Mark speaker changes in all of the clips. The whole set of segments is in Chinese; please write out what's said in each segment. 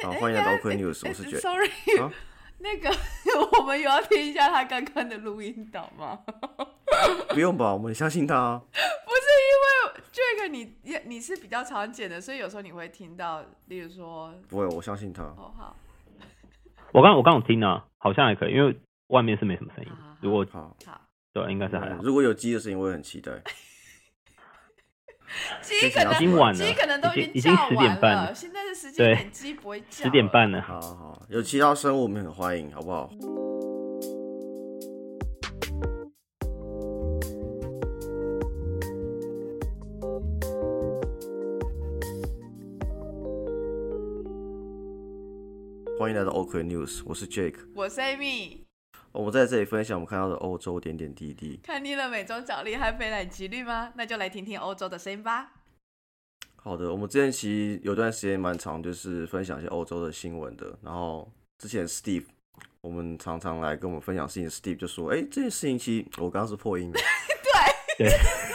Speaker 1: 好，欢迎来到 OK News， 我是 Jack。
Speaker 2: Sorry，那个我们有要听一下他刚刚的录音档吗？
Speaker 1: 不用吧，我们相信他啊。
Speaker 2: 不是因为 Jack 你是比较常剪的，所以有时候你会听到，例如说，
Speaker 1: 不会，我相信他。
Speaker 2: 哦好，
Speaker 3: 我刚有听啊，好像还可以，因为外面是没什么声音。如果
Speaker 1: 好，
Speaker 3: 对，应该是还好。
Speaker 1: 如果有鸡的声音，我也很期待。
Speaker 2: 鸡可能都
Speaker 3: 已经
Speaker 2: 叫
Speaker 3: 10点半
Speaker 2: 了，现在的时间点鸡不会叫。
Speaker 3: 10点半了。
Speaker 1: 好，有其他生物我们很欢迎，好不好？欢迎来到 OK News， 我是 Jake，
Speaker 2: 我是 Amy。
Speaker 1: 我们在这里分享我们看到的欧洲点点滴滴。
Speaker 2: 看腻了美中角力和非蓝即绿吗？那就来听听欧洲的声音吧。
Speaker 1: 好的，我们之前其实有段时间蛮长，就是分享一些欧洲的新闻的。然后之前 Steve， 我们常常来跟我们分享事情的 Steve 就说：“这件事情其实我刚刚是破音的。”
Speaker 2: 对。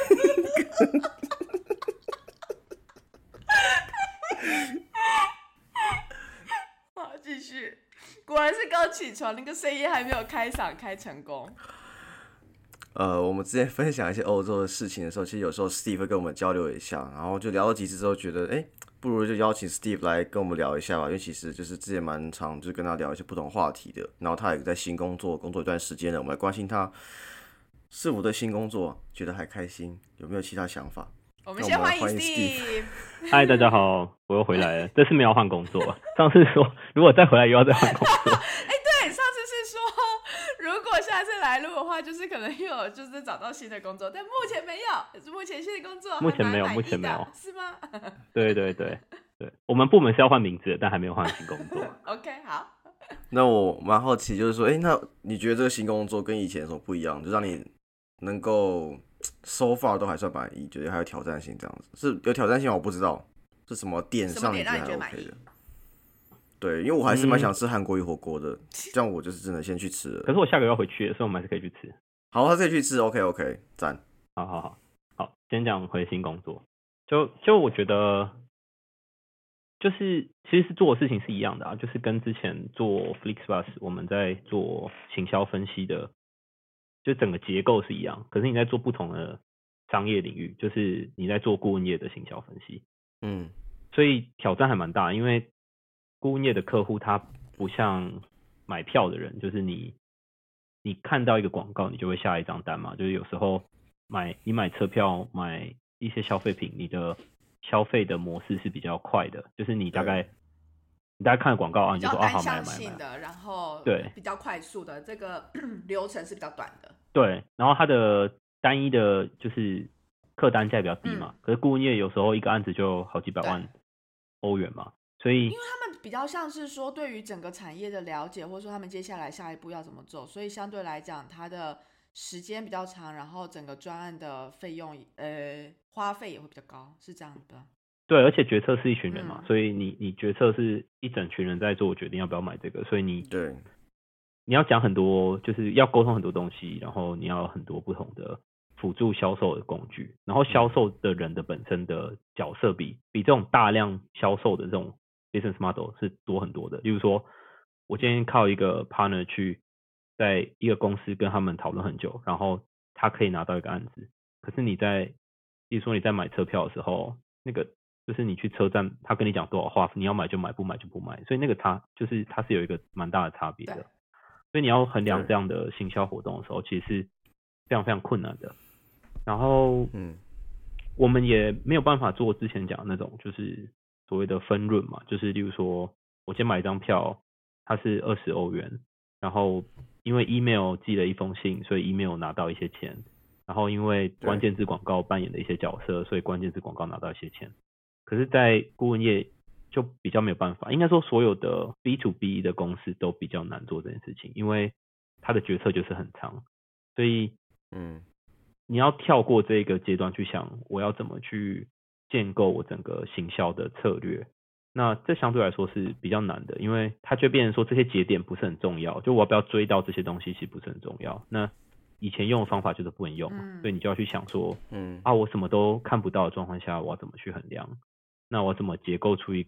Speaker 2: 好，继续。果然是刚起床，那个声音还没有开嗓开成功。
Speaker 1: 我们之前分享一些欧洲的事情的时候，其实有时候 Steve 会跟我们交流一下，然后就聊了几次之后，觉得不如就邀请 Steve 来跟我们聊一下吧，因为其实就是之前蛮常就跟他聊一些不同话题的，然后他也在新工作一段时间了，我们来关心他是否对新工作觉得还开心，有没有其他想法。
Speaker 2: 我们先欢迎 Steve。
Speaker 3: 嗨，大家好，我又回来了。这次没有换工作，上次说如果再回来又要再换工作。
Speaker 2: 对，上次是说如果下次来录的话，就是可能又有就是找到新的工作，但目前没有，目前新的工作
Speaker 3: 目前没有，
Speaker 2: 是吗？
Speaker 3: 对，我们部门是要换名字的，但还没有换新工作。
Speaker 2: OK， 好。
Speaker 1: 那我蛮好奇，就是说，那你觉得这个新工作跟以前有什么不一样？就让你能够 so far 都还算满意，觉得还有挑战性这样子，是有挑战性吗？我不知道是什么点上你觉得还 OK 的。对，因为我还是蛮想吃韩国鱼火锅的，这样我就是真的先去吃了。
Speaker 3: 可是我下个月要回去，所以我们还是可以去吃。
Speaker 1: 好，他可以去吃 ，OK， 赞。
Speaker 3: 好，先讲回新工作，就我觉得，就是其实是做的事情是一样的啊，就是跟之前做 Flixbus 我们在做行销分析的，就整个结构是一样，可是你在做不同的商业领域，就是你在做顾问业的行销分析，所以挑战还蛮大，因为顾问业的客户他不像买票的人，就是你看到一个广告，你就会下一张单嘛，就是有时候你买车票买一些消费品，你的消费的模式是比较快的，就是你大概看了广告啊，你就说好买
Speaker 2: 的，然后
Speaker 3: 对
Speaker 2: 比较快速的，这个流程是比较短的。
Speaker 3: 对，然后它的单一的就是客单价比较低嘛，可是顾问业有时候一个案子就好几百万欧元嘛，所以
Speaker 2: 因为他们比较像是说对于整个产业的了解，或者说他们接下来下一步要怎么做，所以相对来讲它的时间比较长，然后整个专案的费用花费也会比较高，是这样的。
Speaker 3: 对，而且决策是一群人嘛，所以你决策是一整群人在做决定要不要买这个，所以你要讲很多，就是要沟通很多东西，然后你要有很多不同的辅助销售的工具，然后销售的人的本身的角色比这种大量销售的这种 business model 是多很多的。例如说，我今天靠一个 partner 去在一个公司跟他们讨论很久，然后他可以拿到一个案子，可是例如说你在买车票的时候，那个就是你去车站，他跟你讲多少话，你要买就买，不买就不买，所以那个它是有一个蛮大的差别的。所以你要衡量这样的行销活动的时候，其实是非常非常困难的。然后，我们也没有办法做之前讲的那种，就是所谓的分润嘛，就是例如说，我先买一张票，它是20欧元，然后因为 email 寄了一封信，所以 email 拿到一些钱，然后因为关键字广告扮演的一些角色，所以关键字广告拿到一些钱。可是，在顾问业就比较没有办法，应该说所有的 B to B 的公司都比较难做这件事情，因为它的决策就是很长，所以你要跳过这个阶段去想我要怎么去建构我整个行销的策略，那这相对来说是比较难的，因为它就变成说这些节点不是很重要，就我要不要追到这些东西其实不是很重要。那以前用的方法就是不能用，所以你就要去想说，我什么都看不到的状况下，我要怎么去衡量？那我怎么结构出一个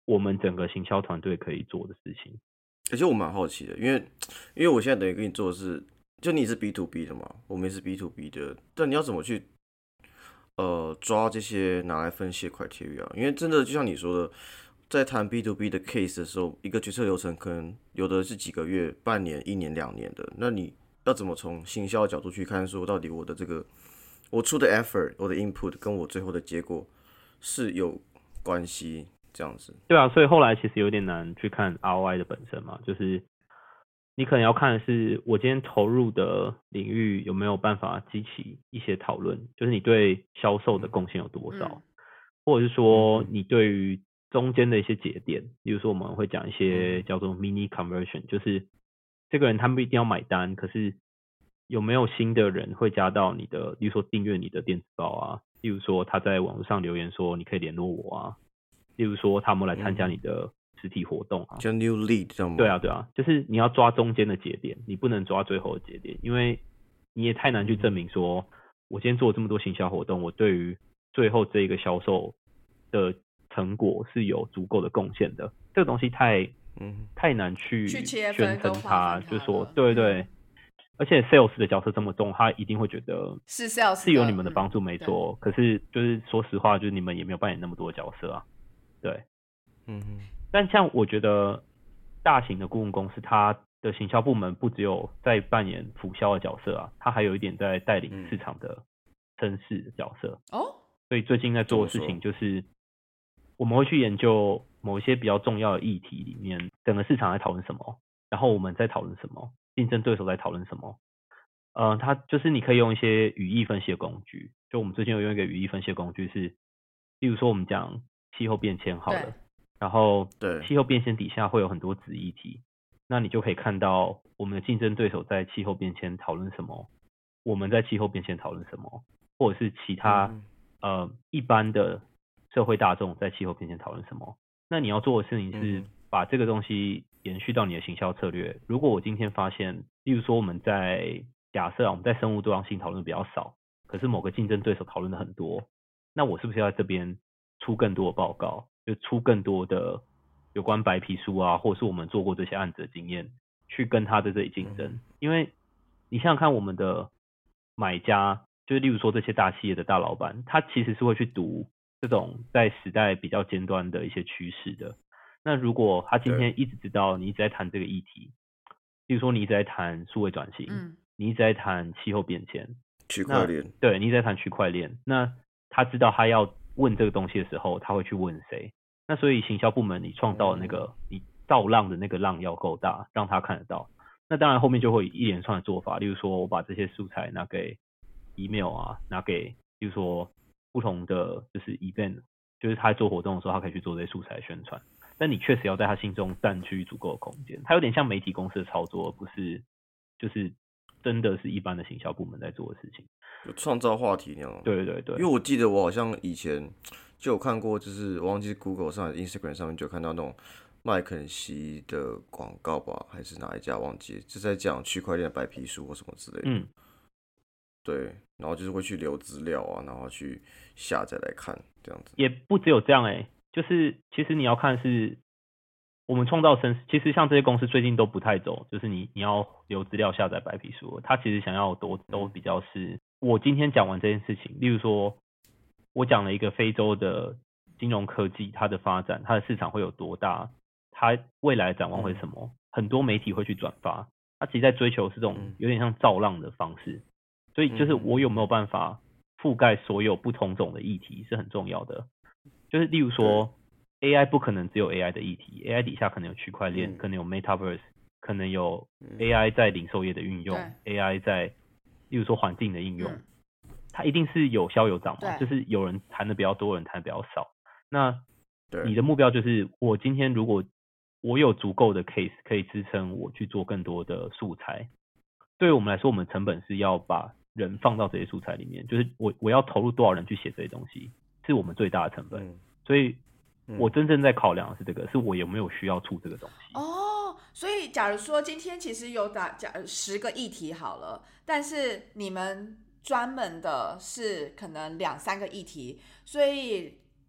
Speaker 3: 我们整个行销团队可以做的事情。
Speaker 1: 而且我蛮好奇的，因为我现在等于跟你做的是，就你是 B to B 的嘛，我们也是 B to B 的，但你要怎么去抓这些拿来分析的 criteria？ 因为真的就像你说的，在谈 B to B 的 case 的时候，一个决策流程可能有的是几个月、半年、1年、2年的，那你要怎么从行销的角度去看，说到底我的这个我出的 effort、我的 input 跟我最后的结果是有关系？这样子，
Speaker 3: 对啊，所以后来其实有点难去看 ROI 的本身嘛，就是你可能要看的是我今天投入的领域有没有办法激起一些讨论，就是你对销售的贡献有多少，或者是说你对于中间的一些节点，比如说我们会讲一些叫做 mini conversion，就是这个人他们不一定要买单，可是有没有新的人会加到你的，比如说订阅你的电子报啊，例如说他在网络上留言说你可以联络我啊。例如说他们来参加你的实体活动啊，
Speaker 1: 叫 new lead 这样吗？
Speaker 3: 对啊，对啊，就是你要抓中间的节点，你不能抓最后的节点，因为你也太难去证明说，我今天做了这么多行销活动，我对于最后这一个销售的成果是有足够的贡献的。这个东西太难去宣称它，就是说，对对对。而且 sales 的角色这么重，他一定会觉得
Speaker 2: 是 sales
Speaker 3: 是有你们的帮助没错，可是就是说实话，就是你们也没有扮演那么多的角色啊。对，但像我觉得大型的顾问公司，它的行销部门不只有在扮演辅销的角色啊，它还有一点在带领市场的声势的角色。所以最近在做的事情就是，我们会去研究某一些比较重要的议题里面，整个市场在讨论什么，然后我们在讨论什么，竞争对手在讨论什么。它就是你可以用一些语义分析的工具，就我们最近有用一个语义分析的工具是，例如说我们讲气候变迁好了，然后气候变迁底下会有很多子议题，那你就可以看到我们的竞争对手在气候变迁讨论什么，我们在气候变迁讨论什么，或者是其他一般的社会大众在气候变迁讨论什么。那你要做的事情是把这个东西延续到你的行销策略。如果我今天发现，例如说我们在假设我们在生物多样性讨论比较少，可是某个竞争对手讨论的很多，那我是不是要在这边出更多的报告，就出更多的有关白皮书啊，或者是我们做过这些案子的经验，去跟他在这里竞争？因为你想想看，我们的买家，就是例如说这些大企业的大老板，他其实是会去读这种在时代比较尖端的一些趋势的。那如果他今天一直知道你一直在谈这个议题，例如说你一直在谈数位转型，你一直在谈气候变迁，
Speaker 1: 区块链，
Speaker 3: 对，你一直在谈区块链，那他知道他要问这个东西的时候，他会去问谁？那所以行销部门你创造的那个你造浪的那个浪要够大，让他看得到。那当然后面就会有一连串的做法，例如说我把这些素材拿给 email 啊，拿给例如说不同的就是 event， 就是他做活动的时候，他可以去做这些素材宣传。但你确实要在他心中占据足够的空间，它有点像媒体公司的操作，而不是就是真的是一般的行销部门在做的事情，
Speaker 1: 有创造话题那样。
Speaker 3: 对对对，
Speaker 1: 因为我记得我好像以前就有看过，就是我忘记 Google 上、Instagram 上面就有看到那种麦肯锡的广告吧，还是哪一家忘记，就在讲区块链的白皮书或什么之类的。对，然后就是会去留资料啊，然后去下载来看，这样子。
Speaker 3: 也不只有这样就是其实你要看是我们创造声势，其实像这些公司最近都不太走，就是你要留资料下载白皮书，他其实想要都比较是，我今天讲完这件事情，例如说我讲了一个非洲的金融科技，它的发展，它的市场会有多大，它未来展望会是什么，很多媒体会去转发，它其实在追求是这种有点像造浪的方式，所以就是我有没有办法覆盖所有不同种的议题是很重要的。就是例如说 AI 不可能只有 AI 的议题， AI 底下可能有区块链，可能有 Metaverse， 可能有 AI 在零售业的运用， AI 在例如说环境的应用，它一定是有消有涨嘛，就是有人谈的比较多，有人谈的比较少。那你的目标就是我今天如果我有足够的 case 可以支撑我去做更多的素材，对于我们来说，我们成本是要把人放到这些素材里面，就是我要投入多少人去写这些东西，是我们最大的成本。所以我真正在考量的是这个，是我有没有需要出这个东西。
Speaker 2: 所以假如说今天其实有10个议题好了，但是你们专门的是可能2-3个议题，所以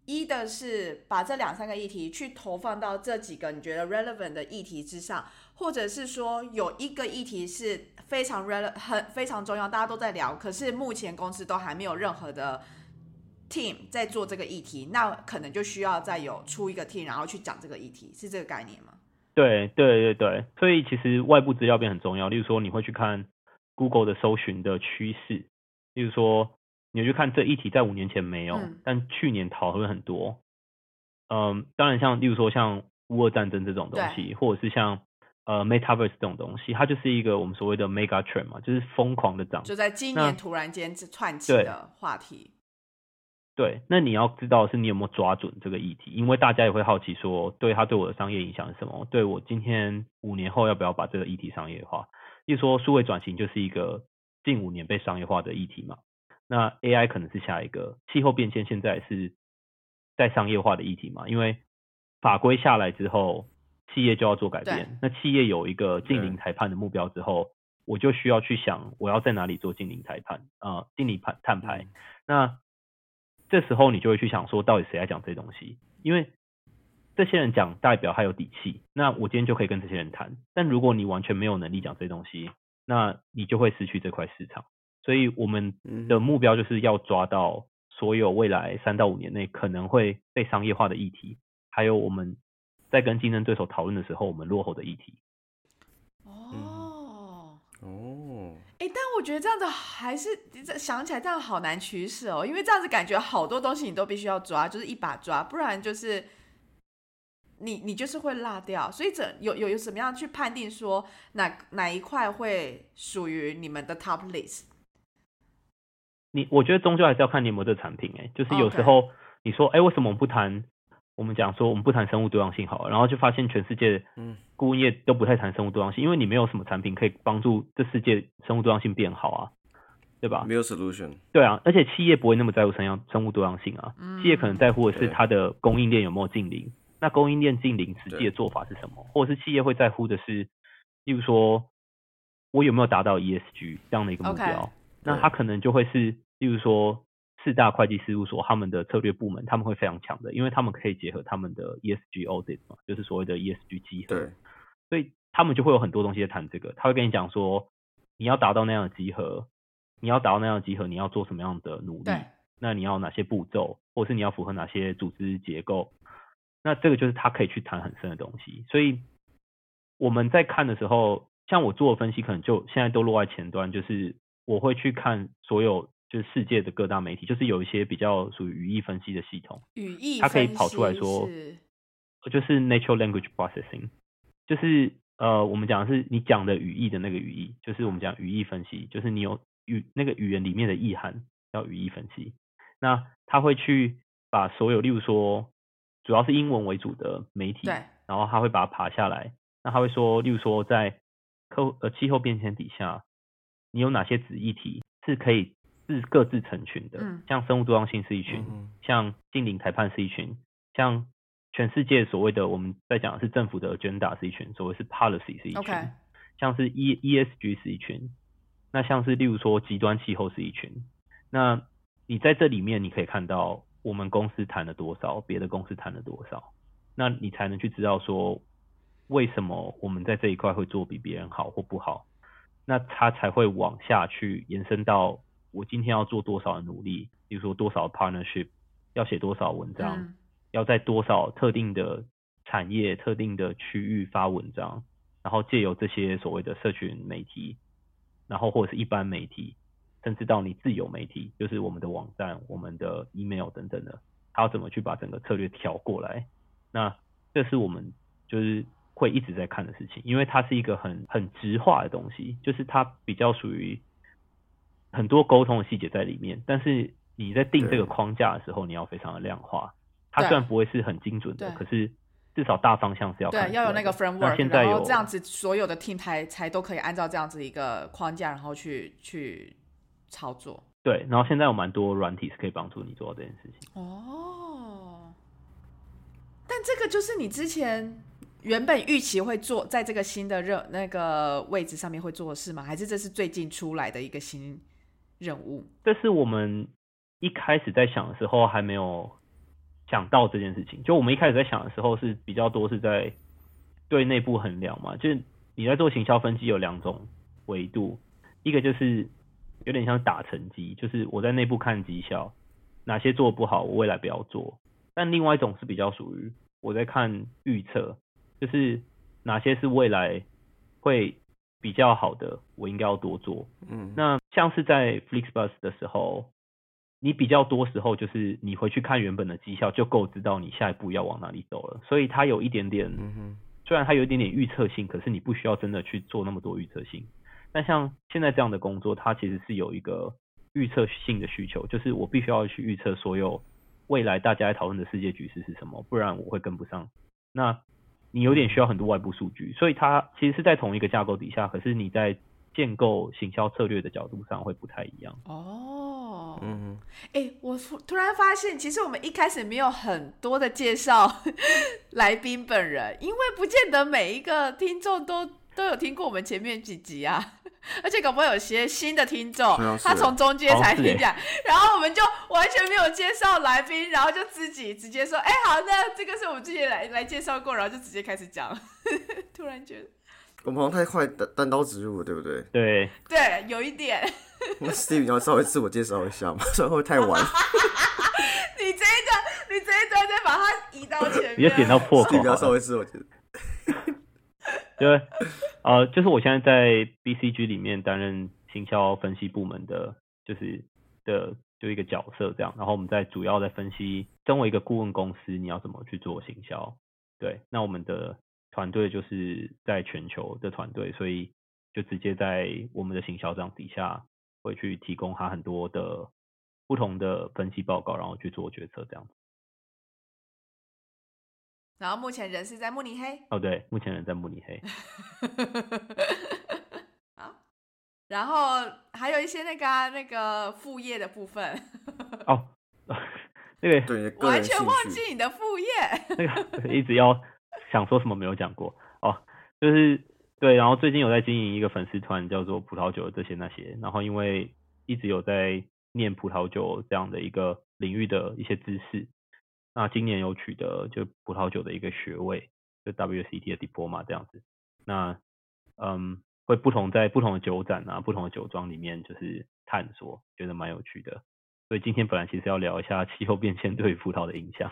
Speaker 2: 一的是把这2-3个议题去投放到这几个你觉得 relevant 的议题之上，或者是说有一个议题是非常非常重要，大家都在聊，可是目前公司都还没有任何的 team 在做这个议题，那可能就需要再出一个 team 然后去讲这个议题，是这个概念吗？
Speaker 3: 对，所以其实外部资料变很重要。例如说你会去看 Google 的搜寻的趋势，例如说你去看这议题在5年前没有，但去年讨论很多。当然像例如说像乌俄战争这种东西，或者是像Metaverse 这种东西，它就是一个我们所谓的 mega trend 嘛，就是疯狂的涨，
Speaker 2: 就在今年突然间窜起的话题。
Speaker 3: 对，那你要知道的是你有没有抓准这个议题，因为大家也会好奇说，对它对我的商业影响是什么？对我今天5年后要不要把这个议题商业化？例如说数位转型就是一个近5年被商业化的议题嘛，那 AI 可能是下一个，气候变迁现在是在商业化的议题嘛，因为法规下来之后，企业就要做改变，那企业有一个净零裁判的目标之后，我就需要去想我要在哪里做净零裁判净零碳排，那这时候你就会去想说，到底谁来讲这些东西？因为这些人讲代表还有底气，那我今天就可以跟这些人谈。但如果你完全没有能力讲这些东西，那你就会失去这块市场。所以我们的目标就是要抓到所有未来3到5年内可能会被商业化的议题，还有我们在跟竞争对手讨论的时候，我们落后的议题。
Speaker 2: 但我觉得这样子还是想起来这样好难取舍哦，因为这样子感觉好多东西你都必须要抓，就是一把抓，不然就是你就是会落掉。所以有什么样去判定说哪一块会属于你们的 top list？
Speaker 3: 我觉得终究还是要看你有没有这个产品就是有时候你说为什么我们讲说我们不谈生物多样性好了，然后就发现全世界顾问业都不太谈生物多样性，因为你没有什么产品可以帮助这世界生物多样性变好啊，对吧？
Speaker 1: 没有 solution。
Speaker 3: 对啊，而且企业不会那么在乎生物多样性啊，企业可能在乎的是它的供应链有没有净零，那供应链净零实际的做法是什么，或者是企业会在乎的是，例如说我有没有达到 ESG 这样的一个目标，那它可能就会是例如说4大会计事务所他们的策略部门他们会非常强的，因为他们可以结合他们的 ESG audit 嘛，就是所谓的 ESG 稽核，所以他们就会有很多东西在谈这个，他会跟你讲说你要达到那样的稽核，你要做什么样的努力，那你要哪些步骤，或者是你要符合哪些组织结构，那这个就是他可以去谈很深的东西。所以我们在看的时候，像我做的分析可能就现在都落在前端，就是我会去看所有就是世界的各大媒体，就是有一些比较属于语义分析的系统，它可以跑出来说就是 natural language processing， 就是我们讲的是你讲的语义的那个语义，就是我们讲语义分析，就是你有那个语言里面的意涵叫语义分析。那他会去把所有例如说主要是英文为主的媒体，然后他会把它爬下来，那他会说例如说在气候变迁底下你有哪些子议题是可以各自成群的，像生物多样性是一群，像净零裁判是一群，像全世界所谓的我们在讲的是政府的 agenda 是一群，所谓是 policy 是一群，像是 ESG 是一群，那像是例如说极端气候是一群，那你在这里面你可以看到我们公司谈了多少，别的公司谈了多少，那你才能去知道说为什么我们在这一块会做比别人好或不好，那他才会往下去延伸到我今天要做多少的努力，比如说多少 partnership， 要写多少文章，要在多少特定的产业特定的区域发文章，然后借由这些所谓的社群媒体，然后或者是一般媒体，甚至到你自有媒体，就是我们的网站我们的 email 等等的，他要怎么去把整个策略调过来，那这是我们就是会一直在看的事情，因为它是一个很直化的东西，就是它比较属于很多沟通的细节在里面，但是你在定这个框架的时候你要非常的量化，它虽然不会是很精准的，可是至少大方向是要看出来的，
Speaker 2: 对，要有那个 framework， 然后这样子所有的 team 才都可以按照这样子一个框架然后去操作。
Speaker 3: 对，然后现在有蛮多软体是可以帮助你做到这件事情。
Speaker 2: 但这个就是你之前原本预期会做在这个新的那个位置上面会做的事吗？还是这是最近出来的一个新任务？
Speaker 3: 这是我们一开始在想的时候还没有想到这件事情。就我们一开始在想的时候是比较多是在对内部衡量嘛，就是你在做行销分析有2种维度，一个就是有点像打成绩，就是我在内部看绩效，哪些做不好我未来不要做。但另外一种是比较属于我在看预测，就是哪些是未来会比较好的，我应该要多做。那像是在 FlixBus 的时候，你比较多时候就是你回去看原本的绩效就够知道你下一步要往哪里走了，所以它有一点点，虽然它有一点点预测性，可是你不需要真的去做那么多预测性。但像现在这样的工作，它其实是有一个预测性的需求，就是我必须要去预测所有未来大家在讨论的世界局势是什么，不然我会跟不上。那你有点需要很多外部数据，所以它其实是在同一个架构底下，可是你在建构行销策略的角度上会不太一样。
Speaker 2: 我突然发现，其实我们一开始没有很多的介绍来宾本人，因为不见得每一个听众都有听过我们前面几集啊。而且搞不好有些新的听众，他从中间才听讲，然后我们就完全没有介绍来宾，然后就自己直接说，好，那这个是我们之前来介绍过，然后就直接开始讲。突然觉得
Speaker 1: 我们好像太快单刀直入了，对不对？
Speaker 2: 对，有一点。
Speaker 1: 那 Steve 你要稍微自我介绍一下吗？不然会太晚。
Speaker 2: 你这一段再把它移到前面，
Speaker 3: 你就点到破口。
Speaker 1: Steve 要稍微自我介绍。
Speaker 3: 就是我现在在 BCG 里面担任行销分析部门的，就一个角色这样。然后我们主要在分析，身为一个顾问公司，你要怎么去做行销。对，那我们的团队就是在全球的团队，所以就直接在我们的行销长底下会去提供他很多的不同的分析报告，然后去做决策这样子。
Speaker 2: 然后目前人是在慕尼黑。
Speaker 3: 对，目前人在慕尼黑。
Speaker 2: 好，然后还有一些那个副业的部分。
Speaker 3: 那个
Speaker 1: 对，
Speaker 2: 完全忘记你的副业。
Speaker 3: 那个一直要想说什么没有讲过就是对，然后最近有在经营一个粉丝团，叫做葡萄酒的这些那些，然后因为一直有在念葡萄酒这样的一个领域的一些知识。那今年有取得就葡萄酒的一个学位，就 WCT 的 Diploma 这样子。那会在不同的酒展啊、不同的酒庄里面就是探索，觉得蛮有趣的。所以今天本来其实要聊一下气候变迁对于葡萄的影响。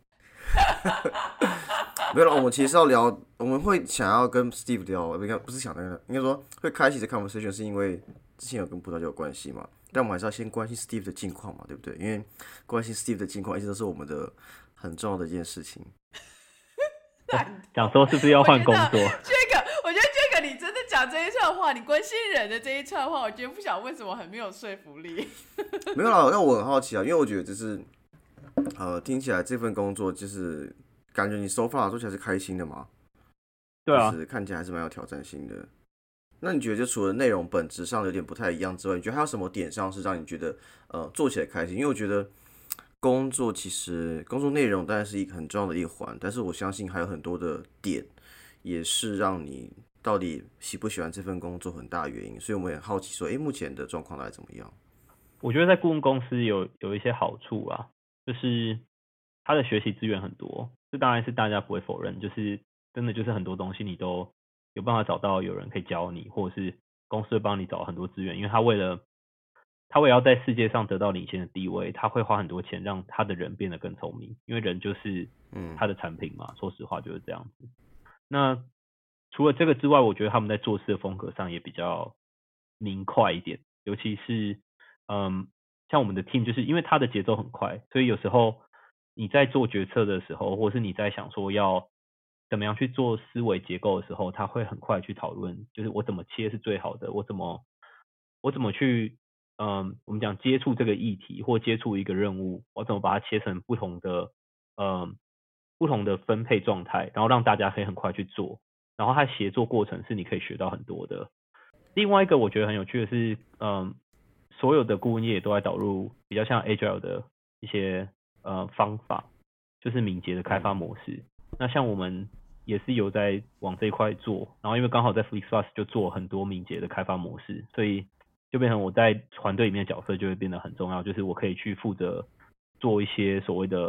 Speaker 1: 没有了，我们其实要聊，我们会想要跟 Steve 聊，不是想那个，应该说会开启这 conversation 是因为之前有跟葡萄酒有关系嘛。但我们还是要先关心 Steve 的近况嘛，对不对？因为关心 Steve 的近况一直都是我们的很重要的一件事情。
Speaker 3: 想说是不是要换工作？
Speaker 2: 我觉得这个你真的讲这一串话，你关心人的这一串话，我觉得不晓得为什么很没有说服力。
Speaker 1: 没有啦，那我很好奇啊，因为我觉得就是听起来这份工作就是感觉你so far做起来是开心的嘛？
Speaker 3: 对啊，
Speaker 1: 就是看起来还是蛮有挑战性的。那你觉得就除了内容本质上有点不太一样之外，你觉得还有什么点上是让你觉得做起来开心？因为我觉得工作内容当然是一个很重要的一环，但是我相信还有很多的点也是让你到底喜不喜欢这份工作很大的原因。所以我们很好奇说，目前的状况大概怎么样？
Speaker 3: 我觉得在顾问公司有一些好处啊，就是他的学习资源很多，这当然是大家不会否认，就是真的就是很多东西你都有办法找到有人可以教你，或者是公司会帮你找很多资源，因为他为了要在世界上得到领先的地位，他会花很多钱让他的人变得更聪明，因为人就是他的产品嘛，说实话就是这样子。那除了这个之外，我觉得他们在做事的风格上也比较明快一点，尤其是像我们的 team 就是因为他的节奏很快，所以有时候你在做决策的时候，或是你在想说要怎么样去做思维结构的时候，他会很快去讨论，就是我怎么切是最好的，我怎么去我们讲接触这个议题或接触一个任务，我怎么把它切成不同的分配状态，然后让大家可以很快去做，然后它协作过程是你可以学到很多的。另外一个我觉得很有趣的是所有的顾问业都在导入比较像 Agile 的一些方法，就是敏捷的开发模式。那像我们也是有在往这一块做，然后因为刚好在 FlixBus 就做很多敏捷的开发模式，所以就变成我在团队里面的角色就会变得很重要，就是我可以去负责做一些所谓的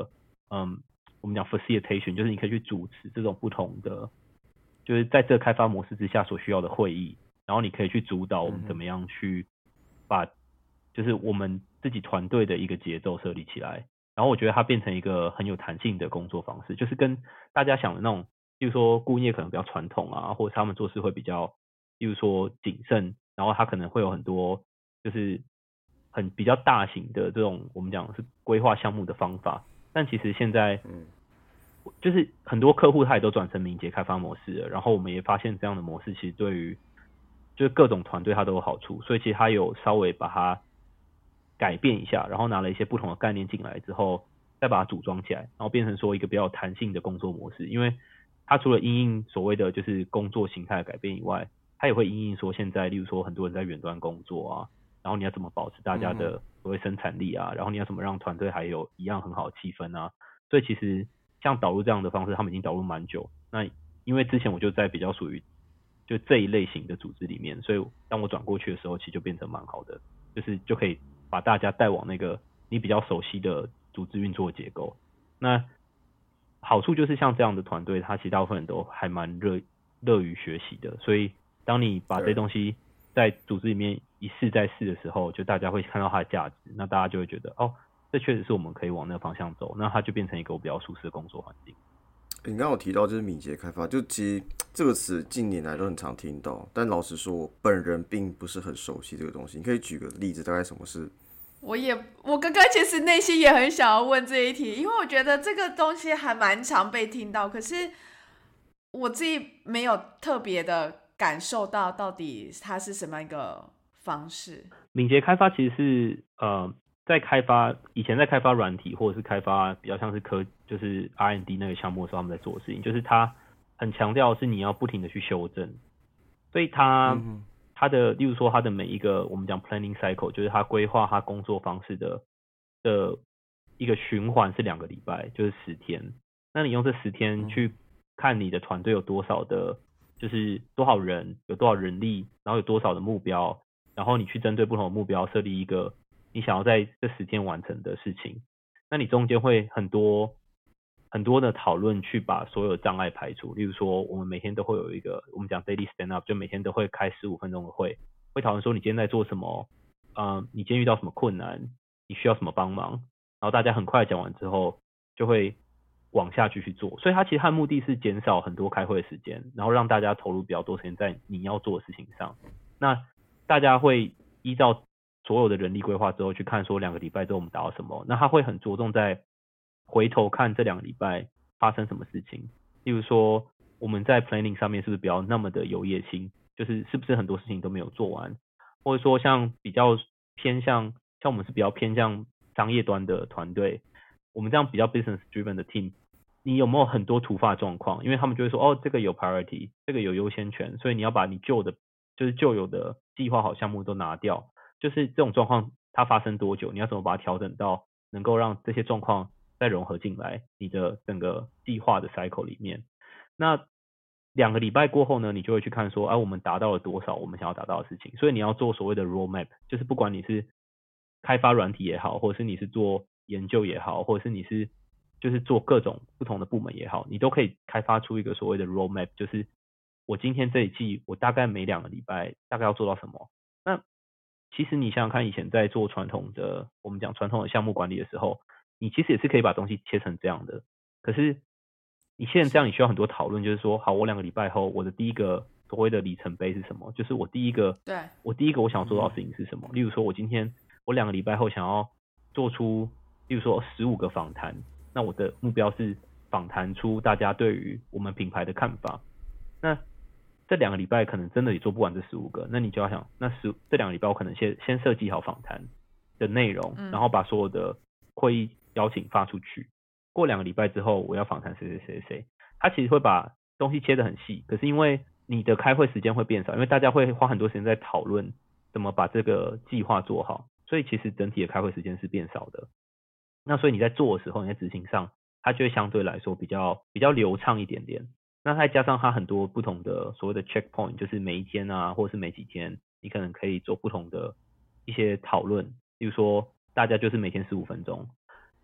Speaker 3: 我们讲 facilitation， 就是你可以去主持这种不同的，就是在这个开发模式之下所需要的会议，然后你可以去主导我们怎么样去把就是我们自己团队的一个节奏设立起来。然后我觉得它变成一个很有弹性的工作方式，就是跟大家想的那种，例如说顾问业可能比较传统啊，或者他们做事会比较，例如说谨慎，然后他可能会有很多就是比较大型的这种我们讲是规划项目的方法，但其实现在就是很多客户他也都转成敏捷开发模式了，然后我们也发现这样的模式其实对于就是各种团队它都有好处，所以其实他有稍微把它改变一下，然后拿了一些不同的概念进来之后，再把它组装起来，然后变成说一个比较有弹性的工作模式。因为它除了因应所谓的就是工作形态的改变以外，它也会因应说现在例如说很多人在远端工作啊，然后你要怎么保持大家的所谓生产力啊，然后你要怎么让团队还有一样很好的气氛啊。所以其实像导入这样的方式，他们已经导入蛮久。那因为之前我就在比较属于就这一类型的组织里面，所以当我转过去的时候，其实就变成蛮好的，就是就可以把大家带往那个你比较熟悉的组织运作结构。那好处就是像这样的团队，他其实大部分人都还蛮乐于学习的，所以当你把这些东西在组织里面一试再试的时候，就大家会看到它的价值，那大家就会觉得哦，这确实是我们可以往那个方向走，那它就变成一个比较舒适的工作环境。
Speaker 1: 你刚刚有提到就是敏捷开发，就其实这个词近年来都很常听到，但老实说，我本人并不是很熟悉这个东西。你可以举个例子，大概什么是？
Speaker 2: 我刚刚其实内心也很想要问这一题，因为我觉得这个东西还蛮常被听到，可是我自己没有特别的感受到底它是什么一个方式。
Speaker 3: 敏捷开发其实是以前在开发软体或者是开发比较像是就是 R&D 那个项目的时候，他们在做的事情，就是他很强调是你要不停的去修正，所以他的例如说他的每一个我们讲 planning cycle， 就是他规划他工作方式的一个循环是2个礼拜，就是10天。那你用这10天去看你的团队有多少的，就是多少人，有多少人力，然后有多少的目标，然后你去针对不同的目标设立一个你想要在这10天完成的事情，那你中间会很多的讨论去把所有的障碍排除。例如说我们每天都会有一个我们讲 daily stand up， 就每天都会开15分钟的会讨论说你今天在做什么，你今天遇到什么困难，你需要什么帮忙，然后大家很快讲完之后就会往下继续做。所以它其实它的目的是减少很多开会的时间，然后让大家投入比较多时间在你要做的事情上。那大家会依照所有的人力规划之后去看说2个礼拜之后我们达到什么，那他会很着重在回头看这2个礼拜发生什么事情。例如说我们在 planning 上面是不是不要那么的有野心，就是是不是很多事情都没有做完，或者说像比较偏向我们是比较偏向商业端的团队，我们这样比较 business driven 的 team， 你有没有很多突发状况？因为他们就会说哦，这个有 priority， 这个有优先权，所以你要把你旧有的计划好项目都拿掉。就是这种状况它发生多久，你要怎么把它调整到能够让这些状况再融合进来你的整个计划的 cycle 里面。那2个礼拜过后呢，你就会去看说我们达到了多少我们想要达到的事情。所以你要做所谓的 roadmap， 就是不管你是开发软体也好，或者是你是做研究也好，或者是你是就是做各种不同的部门也好，你都可以开发出一个所谓的 roadmap， 就是我今天这一季我大概每2个礼拜大概要做到什么。那其实你想想看，以前在做我们讲传统的项目管理的时候，你其实也是可以把东西切成这样的。可是你现在这样你需要很多讨论，就是说好，我2个礼拜后我的第一个所谓的里程碑是什么？就是我第一个我想要做到的事情是什么？例如说我今天我2个礼拜后想要做出例如说15个访谈，那我的目标是访谈出大家对于我们品牌的看法。那这2个礼拜可能真的也做不完这15个，那你就要想，那这2个礼拜我可能先设计好访谈的内容，然后把所有的会议邀请发出去。过2个礼拜之后，我要访谈谁，他其实会把东西切得很细，可是因为你的开会时间会变少，因为大家会花很多时间在讨论怎么把这个计划做好，所以其实整体的开会时间是变少的。那所以你在做的时候，你在执行上，它就会相对来说比较流畅一点点。那再加上它很多不同的所谓的 checkpoint， 就是每一天啊，或者是每几天，你可能可以做不同的一些讨论。比如说大家就是每天15分钟，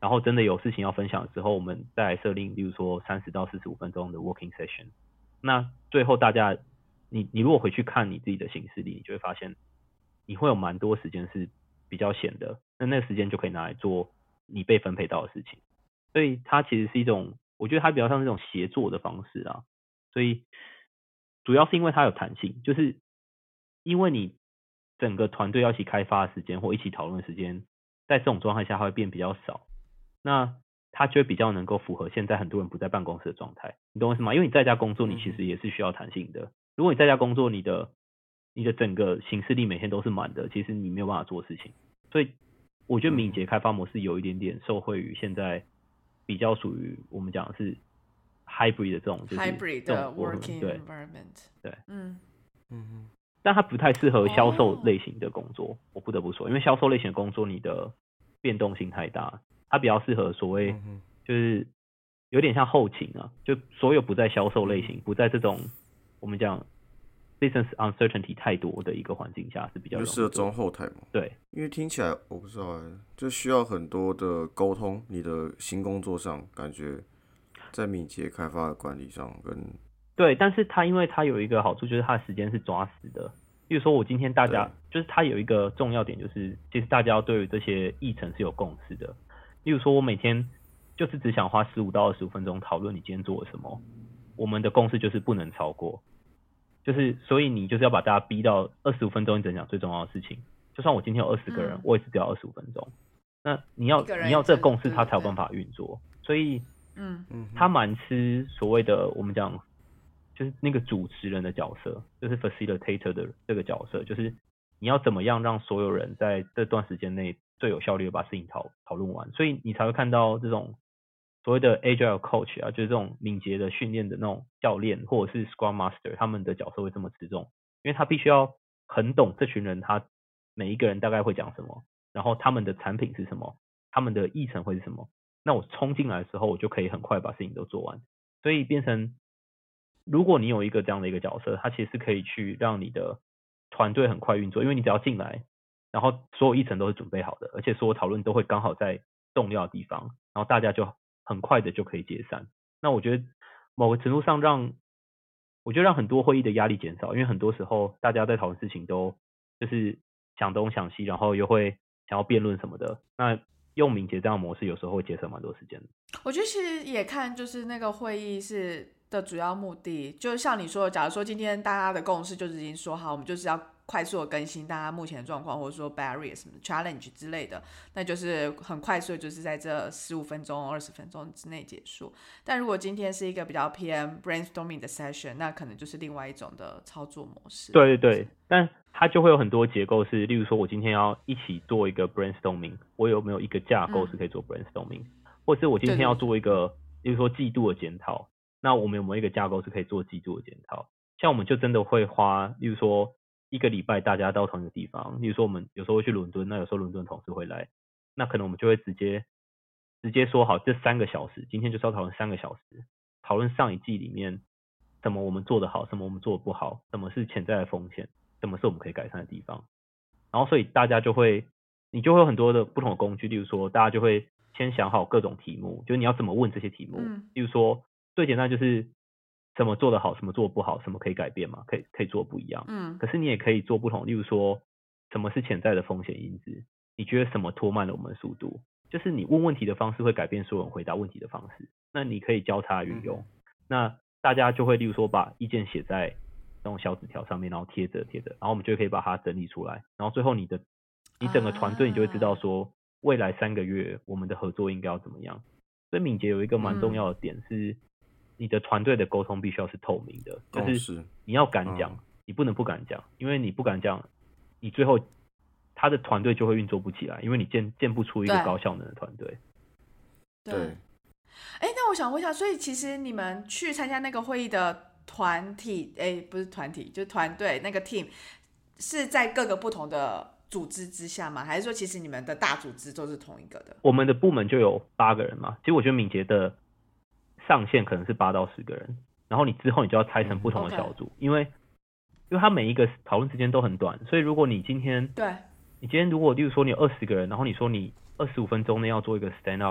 Speaker 3: 然后真的有事情要分享之后，我们再来设定，例如说30到45分钟的 working session。那最后大家，你如果回去看你自己的行事历，你就会发现，你会有蛮多时间是比较闲的，那个时间就可以拿来做你被分配到的事情。所以它其实是一种，我觉得它比较像是这种协作的方式啊。所以主要是因为它有弹性，就是因为你整个团队要一起开发的时间或一起讨论的时间，在这种状态下它会变比较少，那它就会比较能够符合现在很多人不在办公室的状态，你懂我意思吗？因为你在家工作，你其实也是需要弹性的。如果你在家工作，你的整个行事历每天都是满的，其实你没有办法做事情。所以我觉得敏捷开发模式有一点点受惠于现在比较属于我们讲的是 hybrid 的这种，就是
Speaker 2: hybrid 的 working environment。
Speaker 3: 对，但它不太适合销售类型的工作，我不得不说，因为销售类型的工作你的变动性太大，它比较适合所谓就是有点像后勤啊，就所有不在销售类型，不在这种我们讲 business uncertainty 太多的一个环境下是比较
Speaker 1: 就适合中后台嘛。
Speaker 3: 对，
Speaker 1: 因为听起来我不知道就需要很多的沟通，你的新工作上感觉在敏捷开发的管理上跟
Speaker 3: 对，但是它因为它有一个好处，就是它的时间是抓死的。比如说我今天大家就是它有一个重要点，就是其实大家要对于这些议程是有共识的。例如说我每天就是只想花15到25分钟讨论你今天做了什么，我们的共识就是不能超过，就是所以你就是要把大家逼到25分钟，你只能讲最重要的事情。就算我今天有20个人，我也是只要25分钟。那你要这个共识，它才有办法运作。所以它蛮吃所谓的我们讲。就是那个主持人的角色，就是 facilitator 的这个角色，就是你要怎么样让所有人在这段时间内最有效率的把事情讨论完，所以你才会看到这种所谓的 agile coach 啊，就是这种敏捷的训练的那种教练或者是 scrum master， 他们的角色会这么吃重，因为他必须要很懂这群人他每一个人大概会讲什么，然后他们的产品是什么，他们的议程会是什么，那我冲进来的时候我就可以很快把事情都做完，所以变成如果你有一个这样的一个角色，它其实是可以去让你的团队很快运作，因为你只要进来，然后所有议程都是准备好的，而且所有讨论都会刚好在重要的地方，然后大家就很快的就可以解散。那我觉得某个程度上让很多会议的压力减少，因为很多时候大家在讨论事情都就是想东想西，然后又会想要辩论什么的，那用敏捷这样的模式有时候会节省蛮多时间的。
Speaker 2: 我觉得其实也看就是那个会议是的主要目的，就像你说的，假如说今天大家的共识就是已经说好，我们就是要快速的更新大家目前的状况，或者说 barrier 什么 challenge 之类的，那就是很快速的就是在这15分钟20分钟之内结束。但如果今天是一个比较偏 brainstorming 的 session， 那可能就是另外一种的操作模式。
Speaker 3: 对对对，但它就会有很多结构是，例如说我今天要一起做一个 brainstorming， 我有没有一个架构是可以做 brainstorming，或是我今天要做一个例如说季度的检讨，那我们有没有一个架构是可以做季度的检讨？像我们就真的会花，例如说1个礼拜大家到同一个地方，例如说我们有时候会去伦敦，那有时候伦敦同事会来，那可能我们就会直接说好这3个小时，今天就是要讨论3个小时，讨论上一季里面什么我们做得好，什么我们做得不好，什么是潜在的风险，什么是我们可以改善的地方。然后所以大家你就会有很多的不同的工具，例如说大家就会先想好各种题目，就是你要怎么问这些题目，例如说最简单就是什么做得好，什么做得不好，什么可以改变嘛，可以做不一样。可是你也可以做不同，例如说什么是潜在的风险因子，你觉得什么拖慢了我们的速度，就是你问问题的方式会改变所有人回答问题的方式，那你可以交叉运用。那大家就会例如说把意见写在那种小纸条上面，然后贴着，然后我们就可以把它整理出来，然后最后你整个团队你就会知道说未来3个月我们的合作应该要怎么样。所以敏捷有一个蛮重要的点是，你的团队的沟通必须要是透明的，就是你要敢讲，你不能不敢讲，因为你不敢讲，你最后他的团队就会运作不起来，因为你建不出一个高效能的团队。
Speaker 2: 对。那我想问一下，所以其实你们去参加那个会议的团体，不是团体，就是团队那个 team， 是在各个不同的组织之下吗？还是说其实你们的大组织都是同一个的？
Speaker 3: 我们的部门就有8个人嘛，其实我觉得敏捷的上限可能是8到10个人，然后你之后你就要拆成不同的小组，因为它每一个讨论时间都很短，所以如果你今天如果例如说你有20个人，然后你说你25分钟内要做一个 stand up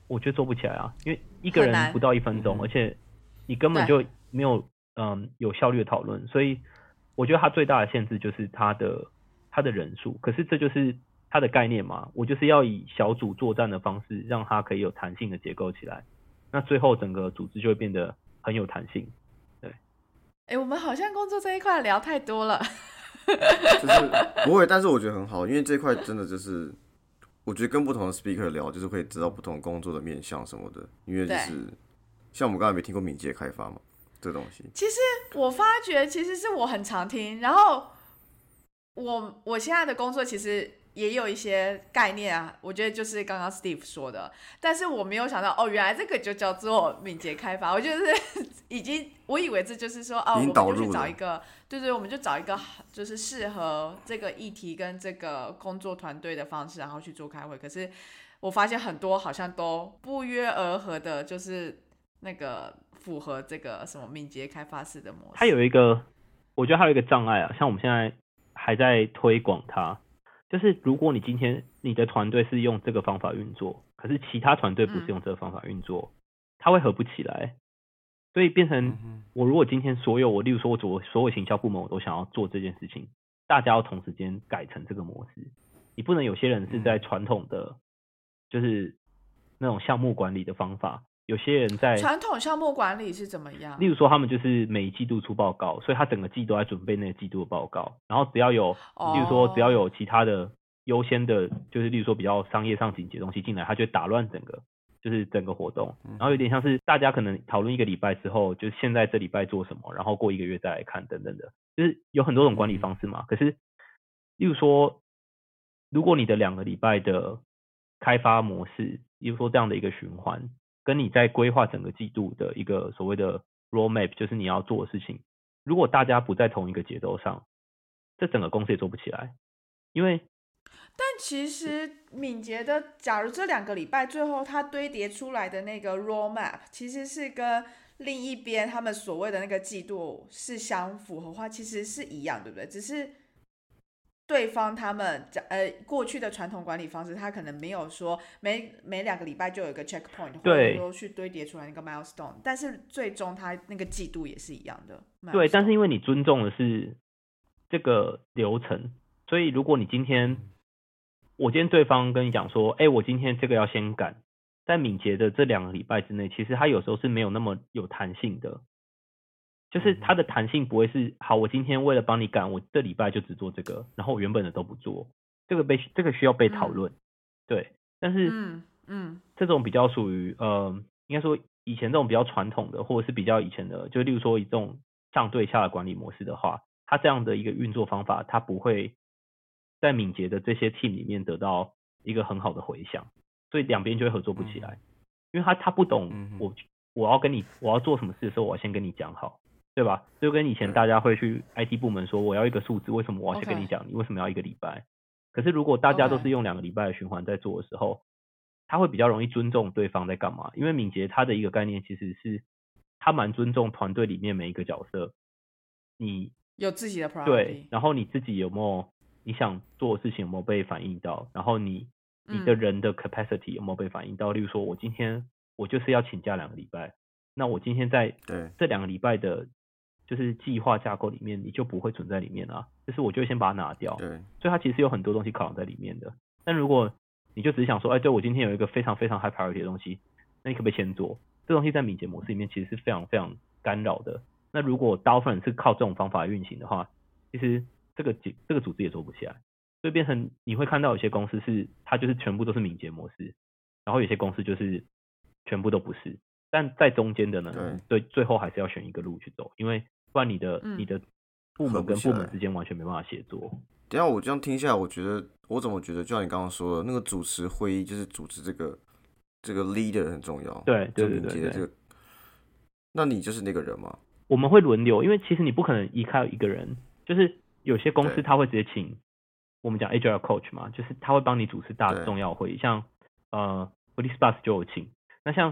Speaker 3: 我觉得做不起来啊，因为一个人不到1分钟，而且你根本就没有有效率的讨论，所以我觉得它最大的限制就是它的人数。可是这就是它的概念嘛，我就是要以小组作战的方式，让它可以有弹性的结构起来，那最后整个组织就会变得很有弹性。
Speaker 2: 对，我们好像工作这一块聊太多了。
Speaker 1: 就是不会，但是我觉得很好，因为这一块真的就是，我觉得跟不同的 speaker 聊，就是会知道不同工作的面向什么的。因为就是像我们刚才没听过敏捷开发嘛，这东西。
Speaker 2: 其实我发觉，其实是我很常听，然后我现在的工作其实也有一些概念啊，我觉得就是刚刚 Steve 说的，但是我没有想到哦，原来这个就叫做敏捷开发。我就是我以为这就是说哦，我们就去找一个，对，我们就找一个就是适合这个议题跟这个工作团队的方式，然后去做开会。可是我发现很多好像都不约而合的，就是那个符合这个什么敏捷开发式的模式。
Speaker 3: 它有一个，我觉得还有一个障碍啊，像我们现在还在推广它。就是如果你今天你的团队是用这个方法运作，可是其他团队不是用这个方法运作，它会合不起来。所以变成我如果今天例如说我所有行销部门我都想要做这件事情，大家要同时间改成这个模式。你不能有些人是在传统的就是那种项目管理的方法，有些人在
Speaker 2: 传统项目管理是怎么样？
Speaker 3: 例如说他们就是每一季度出报告，所以他整个季都在准备那个季度的报告，然后只要有例如说只要有其他的优先的，就是例如说比较商业上紧急的东西进来，他就会打乱整个活动，然后有点像是大家可能讨论1个礼拜之后，就是现在这礼拜做什么，然后过1个月再来看等等的，就是有很多种管理方式嘛。可是例如说如果你的2个礼拜的开发模式，例如说这样的一个循环，跟你在规划整个季度的一个所谓的 roadmap， 就是你要做的事情，如果大家不在同一个节奏上，这整个公司也做不起来。因为
Speaker 2: 但其实敏捷的，假如这2个礼拜最后它堆叠出来的那个 roadmap， 其实是跟另一边他们所谓的那个季度是相符合的话，其实是一样，对不对？只是对方他们过去的传统管理方式，他可能没有说每2个礼拜就有一个 checkpoint， 或者说去堆叠出来那个 milestone， 但是最终他那个季度也是一样的。
Speaker 3: 对，但是因为你尊重的是这个流程，所以如果你我今天对方跟你讲说，我今天这个要先赶，在敏捷的这2个礼拜之内，其实他有时候是没有那么有弹性的。就是它的弹性不会是好，我今天为了帮你赶，我这礼拜就只做这个，然后我原本的都不做，这个需要被讨论，对。但是这种比较属于应该说以前这种比较传统的，或者是比较以前的，就例如说以这种上对下的管理模式的话，它这样的一个运作方法，它不会在敏捷的这些 team 里面得到一个很好的回响，所以两边就会合作不起来，因为他不懂我要做什么事的时候，我要先跟你讲好。对吧？就跟以前大家会去 IT 部门说我要一个数字，为什么我要先跟你讲？你为什么要1个礼拜？可是如果大家都是用2个礼拜的循环在做的时候，他会比较容易尊重对方在干嘛。因为敏捷它的一个概念其实是他蛮尊重团队里面每一个角色，你
Speaker 2: 有自己的 priority，
Speaker 3: 对，然后你自己有没有你想做的事情有没有被反映到，然后你的人的 capacity 有没有被反映到？例如说我今天我就是要请假2个礼拜，那我今天在这2个礼拜的就是计划架构里面，你就不会存在里面啊。就是我就会先把它拿掉。
Speaker 1: 对，
Speaker 3: 所以它其实有很多东西考量在里面的。但如果你就只是想说，对我今天有一个非常非常 high priority 的东西，那你可不可以先做？这东西在敏捷模式里面其实是非常非常干扰的。那如果大部分人是靠这种方法运行的话，其实这个组织也做不起来。所以变成你会看到有些公司是它就是全部都是敏捷模式，然后有些公司就是全部都不是。但在中间的呢，对，最后还是要选一个路去走，因为不然你的部门跟部门之间完全没办法协作。
Speaker 1: 等一下我这样听下来，我怎么觉得，就像你刚刚说的，那个主持会议就是组织这个 leader 很重要。
Speaker 3: 对，
Speaker 1: 这个，那你就是那个人吗？
Speaker 3: 我们会轮流，因为其实你不可能依靠一个人，就是有些公司他会直接请我们讲 agile coach 嘛，就是他会帮你主持大重要会议，像FleetSpace 就有请。那像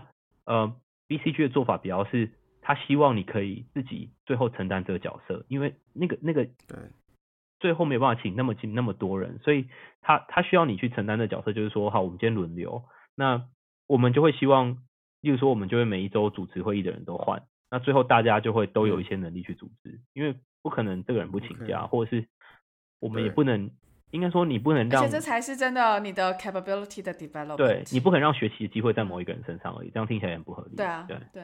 Speaker 3: BCG 的做法比较是，他希望你可以自己最后承担这个角色，因为那个
Speaker 1: 对，
Speaker 3: 最后没有办法请那么多人，所以他需要你去承担的角色，就是说好，我们今天轮流。那我们就会希望，例如说我们就会每一周主持会议的人都换，那最后大家就会都有一些能力去组织，因为不可能这个人不请假，或者是我们也不能，应该说你不能让，
Speaker 2: 而且这才是真的你的 capability 的 development。
Speaker 3: 对，你不可能让学习的机会在某一个人身上而已，这样听起来也很不合理。
Speaker 2: 对啊，
Speaker 3: 对，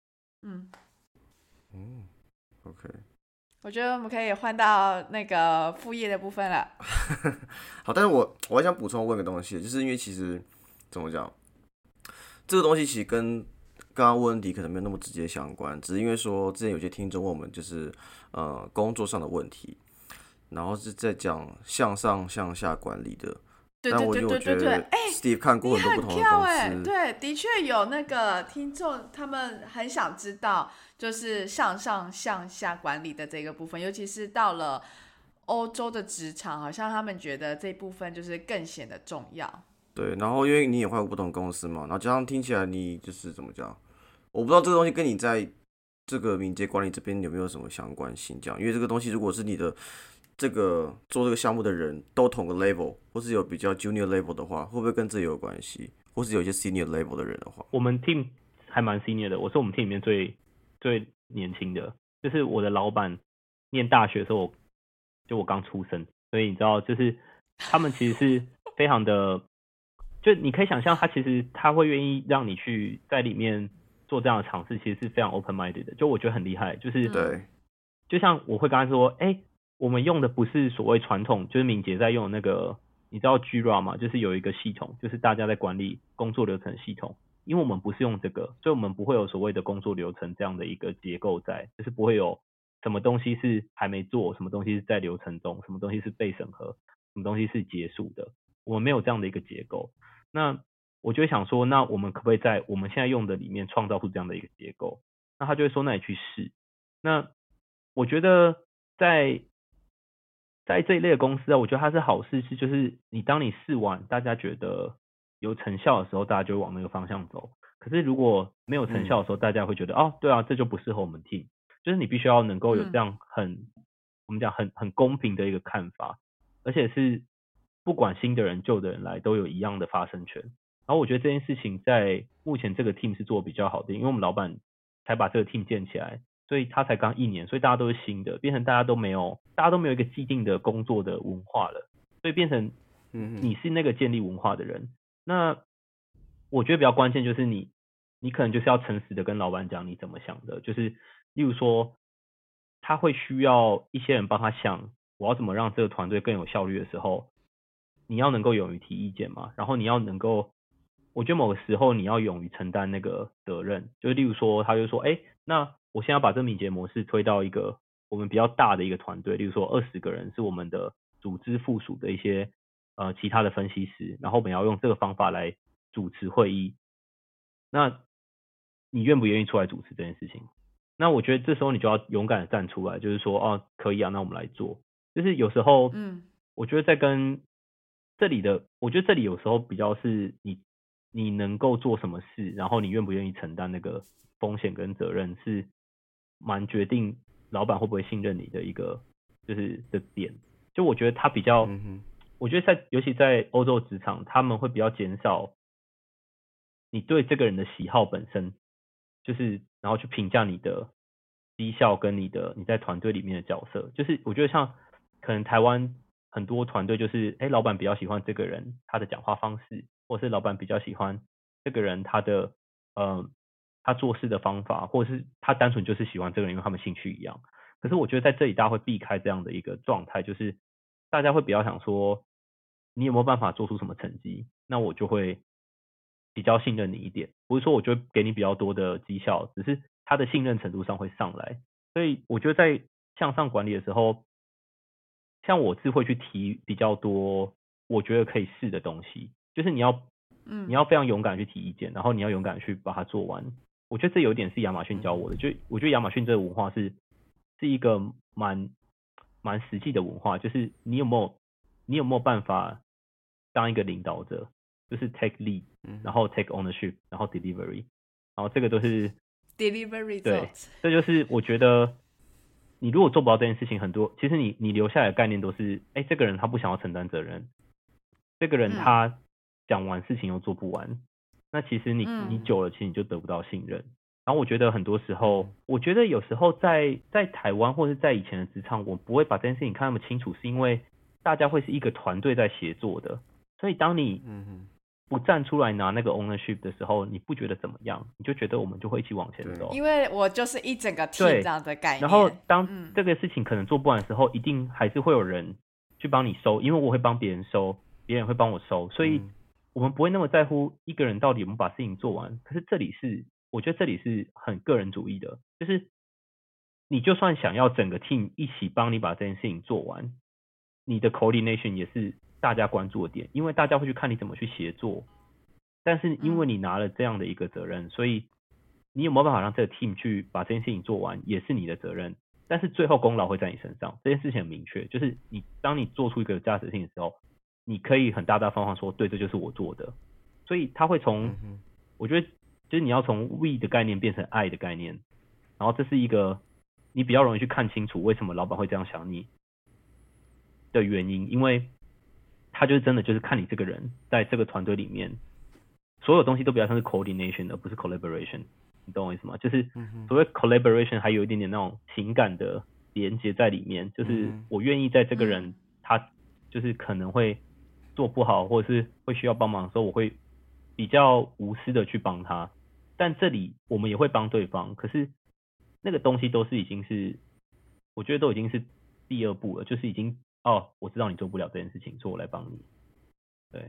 Speaker 1: OK。
Speaker 2: 我觉得我们可以换到那个副业的部分了。
Speaker 1: 好，但是我还想补充问个东西，就是因为其实怎么讲，这个东西其实跟刚刚问题可能没有那么直接相关，只是因为说之前有些听众问我们就是工作上的问题，然后是在讲向上向下管理的。
Speaker 2: 对，
Speaker 1: 但我觉得 Steve 看过很多不同的公司，
Speaker 2: 对，的确有那个听众，他们很想知道，就是向上向下管理的这个部分，尤其是到了欧洲的职场，好像他们觉得这部分就是更显得重要。
Speaker 1: 对，然后因为你也换过不同公司嘛，然后加上听起来你就是怎么讲，我不知道这个东西跟你在这个敏捷管理这边有没有什么相关性，这样，因为这个东西如果是你的这个做这个项目的人都同个 level， 或是有比较 junior level 的话，会不会跟这有关系？或是有一些 senior level 的人的话，
Speaker 3: 我们 team 还蛮 senior 的，我是我们 team 里面最年轻的，就是我的老板念大学的时候，就我刚出生，所以你知道，就是他们其实是非常的，就你可以想象，他会愿意让你去在里面做这样的尝试，其实是非常 open minded 的，就我觉得很厉害，就是
Speaker 1: 对，
Speaker 3: 就像我会跟他说，我们用的不是所谓传统，就是敏捷在用的那个，你知道 Jira 吗？就是有一个系统，就是大家在管理工作流程的系统。因为我们不是用这个，所以我们不会有所谓的工作流程这样的一个结构在，就是不会有什么东西是还没做，什么东西是在流程中，什么东西是被审核，什么东西是结束的，我们没有这样的一个结构。那我就会想说，那我们可不可以在我们现在用的里面创造出这样的一个结构？那他就会说，那你去试。那我觉得在这一类的公司啊，我觉得它是好事，就是当你试完，大家觉得有成效的时候，大家就会往那个方向走。可是如果没有成效的时候，大家会觉得对啊，这就不适合我们 team。就是你必须要能够有这样我们讲很公平的一个看法，而且是不管新的人旧的人来都有一样的发声权。然后我觉得这件事情在目前这个 team 是做得比较好的，因为我们老板才把这个 team 建起来，所以他才刚1年，所以大家都是新的，变成大家都没有一个既定的工作的文化了，所以变成你是那个建立文化的人。那我觉得比较关键就是你可能就是要诚实的跟老板讲你怎么想的，就是例如说他会需要一些人帮他想我要怎么让这个团队更有效率的时候，你要能够勇于提意见嘛，然后你要能够，我觉得某个时候你要勇于承担那个责任，就是例如说他就说那我现在要把这个敏捷模式推到一个我们比较大的一个团队，例如说20个人是我们的组织附属的一些其他的分析师，然后我们要用这个方法来主持会议，那你愿不愿意出来主持这件事情？那我觉得这时候你就要勇敢的站出来，就是说可以啊，那我们来做。就是有时候我觉得在跟这里的，我觉得这里有时候比较是你能够做什么事，然后你愿不愿意承担那个风险跟责任，是蛮决定老板会不会信任你的一个就是的点。就我觉得他比较我觉得尤其在欧洲职场，他们会比较减少你对这个人的喜好本身，就是然后去评价你的绩效跟你在团队里面的角色。就是我觉得像可能台湾很多团队就是老板比较喜欢这个人他的讲话方式，或是老板比较喜欢这个人他的他做事的方法，或者是他单纯就是喜欢这个人因为他们兴趣一样。可是我觉得在这里大家会避开这样的一个状态，就是大家会比较想说你有没有办法做出什么成绩，那我就会比较信任你一点，不是说我就会给你比较多的绩效，只是他的信任程度上会上来。所以我觉得在向上管理的时候，像我是会去提比较多我觉得可以试的东西，就是你要非常勇敢去提意见，然后你要勇敢去把它做完。我觉得这有点是亚马逊教我的，就我觉得亚马逊这个文化是一个蛮实际的文化，就是你有没有办法当一个领导者，就是 take lead， 然后 take ownership， 然后 delivery， 然后这个都是
Speaker 2: delivery，
Speaker 3: 对，这就是我觉得你如果做不到这件事情，很多其实你留下来的概念都是这个人他不想要承担责任，这个人他讲完事情又做不完， 那其实你久了，其实你就得不到信任。然后我觉得很多时候，我觉得有时候在台湾或是在以前的职场，我不会把这件事情看那么清楚，是因为大家会是一个团队在协作的。所以当你不站出来拿那个 ownership 的时候，你不觉得怎么样？你就觉得我们就会一起往前走。
Speaker 2: 因为我就是一整个 team 这样的概念。
Speaker 3: 然后当这个事情可能做不完的时候，一定还是会有人去帮你收，因为我会帮别人收，别人会帮我收，所以我们不会那么在乎一个人到底有没有把事情做完。可是我觉得这里是很个人主义的，就是你就算想要整个 team 一起帮你把这件事情做完，你的 coordination 也是大家关注的点，因为大家会去看你怎么去协作。但是因为你拿了这样的一个责任，所以你有没有办法让这个 team 去把这件事情做完，也是你的责任。但是最后功劳会在你身上，这件事情很明确，就是当你做出一个价值性的时候，你可以很大大方方说，对，这就是我做的。所以他会我觉得就是你要从 we 的概念变成爱的概念，然后这是一个你比较容易去看清楚为什么老板会这样想你的原因，因为他就是真的就是看你这个人在这个团队里面，所有东西都比较像是 coordination 而不是 collaboration， 你懂我意思吗？就是所谓 collaboration 还有一点点那种情感的连接在里面，就是我愿意在这个人他就是可能会做不好或者是会需要帮忙的时候，我会比较无私的去帮他。但这里我们也会帮对方，可是那个东西都是已经是我觉得都已经是第二步了，就是已经我知道你做不了这件事情，所以我来帮你。对，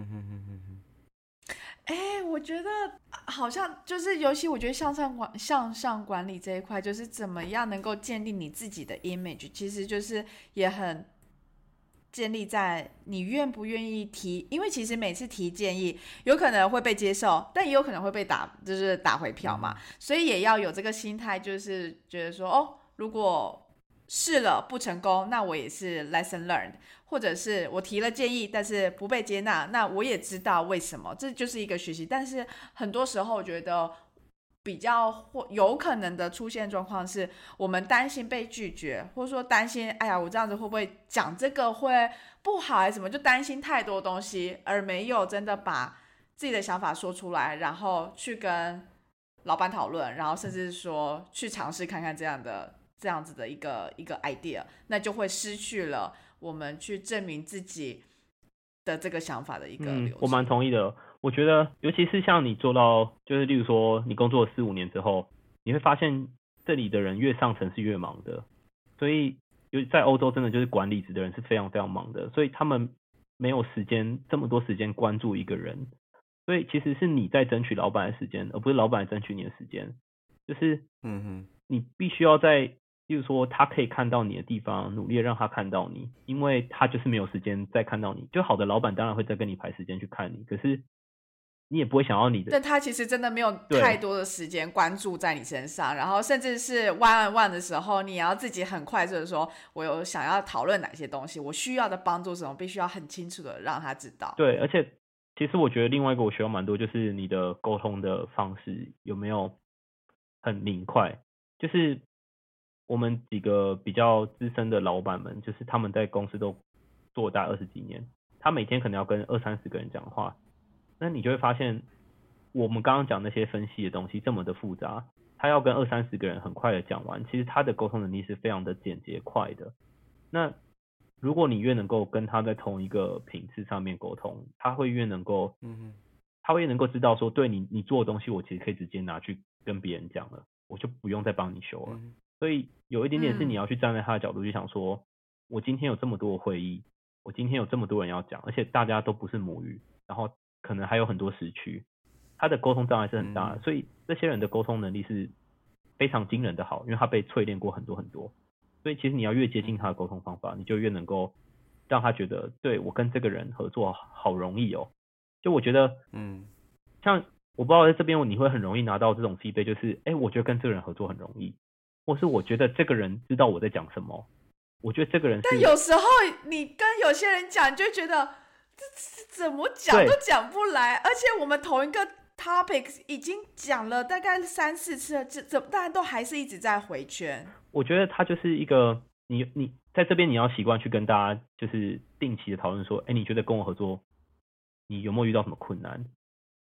Speaker 2: 我觉得好像就是尤其我觉得向上管理这一块，就是怎么样能够建立你自己的 image， 其实就是也很建立在你愿不愿意提，因为其实每次提建议有可能会被接受，但也有可能会被打回票嘛，所以也要有这个心态，就是觉得说如果试了不成功，那我也是 lesson learned， 或者是我提了建议但是不被接纳，那我也知道为什么，这就是一个学习。但是很多时候我觉得比较有可能的出现状况是，我们担心被拒绝，或者说担心我这样子会不会讲这个会不好还是什么，就担心太多东西，而没有真的把自己的想法说出来，然后去跟老板讨论，然后甚至说去尝试看看这样子的一个 idea， 那就会失去了我们去证明自己的这个想法的一个流程。
Speaker 3: 我蛮同意的。我觉得尤其是像你做到就是例如说你工作了4-5年之后，你会发现这里的人越上层是越忙的，所以在欧洲真的就是管理职的人是非常非常忙的，所以他们没有这么多时间关注一个人，所以其实是你在争取老板的时间，而不是老板来争取你的时间。就是你必须要在例如说他可以看到你的地方努力让他看到你，因为他就是没有时间再看到你。就好的老板当然会再跟你排时间去看你，可是你也不会想要你的，
Speaker 2: 但他其实真的没有太多的时间关注在你身上，然后甚至是one的时候，你也要自己很快速的说，我有想要讨论哪些东西，我需要的帮助什么，必须要很清楚的让他知道。
Speaker 3: 对，而且其实我觉得另外一个我学到蛮多，就是你的沟通的方式有没有很明快。就是我们几个比较资深的老板们，就是他们在公司都做大20几年，他每天可能要跟20-30个人讲话，那你就会发现我们刚刚讲那些分析的东西这么的复杂，他要跟20-30个人很快的讲完，其实他的沟通能力是非常的简洁快的。那如果你越能够跟他在同一个频次上面沟通，他会越能够知道说，对，你做的东西我其实可以直接拿去跟别人讲了，我就不用再帮你修了。所以有一点点是你要去站在他的角度去想说，我今天有这么多的会议，我今天有这么多人要讲，而且大家都不是母语，然后可能还有很多时区，他的沟通障碍是很大的。所以这些人的沟通能力是非常惊人的好，因为他被淬炼过很多很多。所以其实你要越接近他的沟通方法，你就越能够让他觉得，对，我跟这个人合作好容易哦。就我觉得像我不知道在这边你会很容易拿到这种 feedback， 就是我觉得跟这个人合作很容易，或是我觉得这个人知道我在讲什么，我觉得这个人是。
Speaker 2: 但有时候你跟有些人讲，你就觉得这怎么讲都讲不来，而且我们同一个 topic 已经讲了大概3-4次了，当然都还是一直在回圈。
Speaker 3: 我觉得他就是一个你在这边你要习惯去跟大家就是定期的讨论说，你觉得跟我合作你有没有遇到什么困难？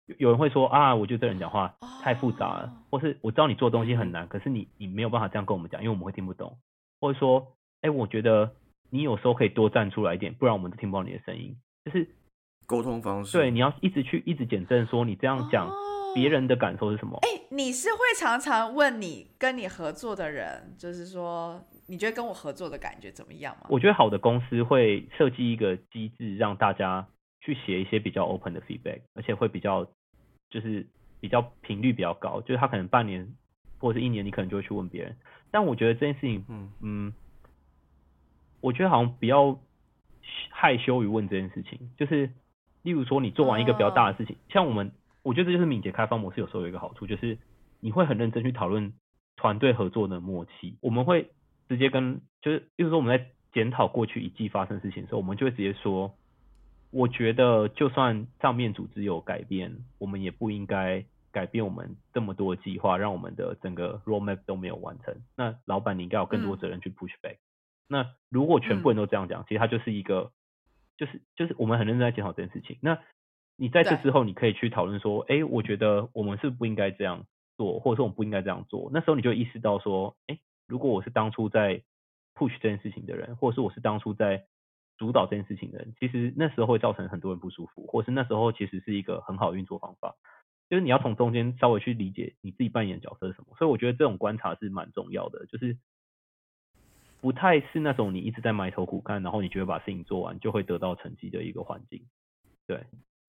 Speaker 3: 有人会说啊，我觉得这人讲话太复杂了，或是我知道你做的东西很难，可是你没有办法这样跟我们讲，因为我们会听不懂，或者说，我觉得你有时候可以多站出来一点，不然我们都听不到你的声音，就是
Speaker 1: 沟通方式。
Speaker 3: 对，你要一直检证说你这样讲，别人的感受是什么？
Speaker 2: 你是会常常问跟你合作的人，就是说你觉得跟我合作的感觉怎么样吗？
Speaker 3: 我觉得好的公司会设计一个机制，让大家去写一些比较 open 的 feedback， 而且会比较频率比较高，就是他可能半年或者是1年，你可能就会去问别人。但我觉得这件事情，我觉得好像比较害羞于问这件事情，就是例如说你做完一个比较大的事情，像我觉得这就是敏捷开发模式有时候有一个好处，就是你会很认真去讨论团队合作的默契。我们会直接就是例如说我们在检讨过去一季发生的事情的时候，我们就会直接说，我觉得就算上面组织有改变，我们也不应该改变我们这么多的计划，让我们的整个 roadmap 都没有完成。那老板你应该有更多责任去 push back。那如果全部人都这样讲，其实它就是一个就是我们很认真在检讨这件事情。那你在这之后，你可以去讨论说，我觉得我们是不应该这样做，或者说我们不应该这样做。那时候你就意识到说，如果我是当初在 push 这件事情的人，或者是我是当初在主导这件事情的人，其实那时候会造成很多人不舒服，或是那时候其实是一个很好的运作方法。就是你要从中间稍微去理解你自己扮演的角色是什么。所以我觉得这种观察是蛮重要的，就是不太是那种你一直在埋头苦干，然后你就会把事情做完就会得到成绩的一个环境。对，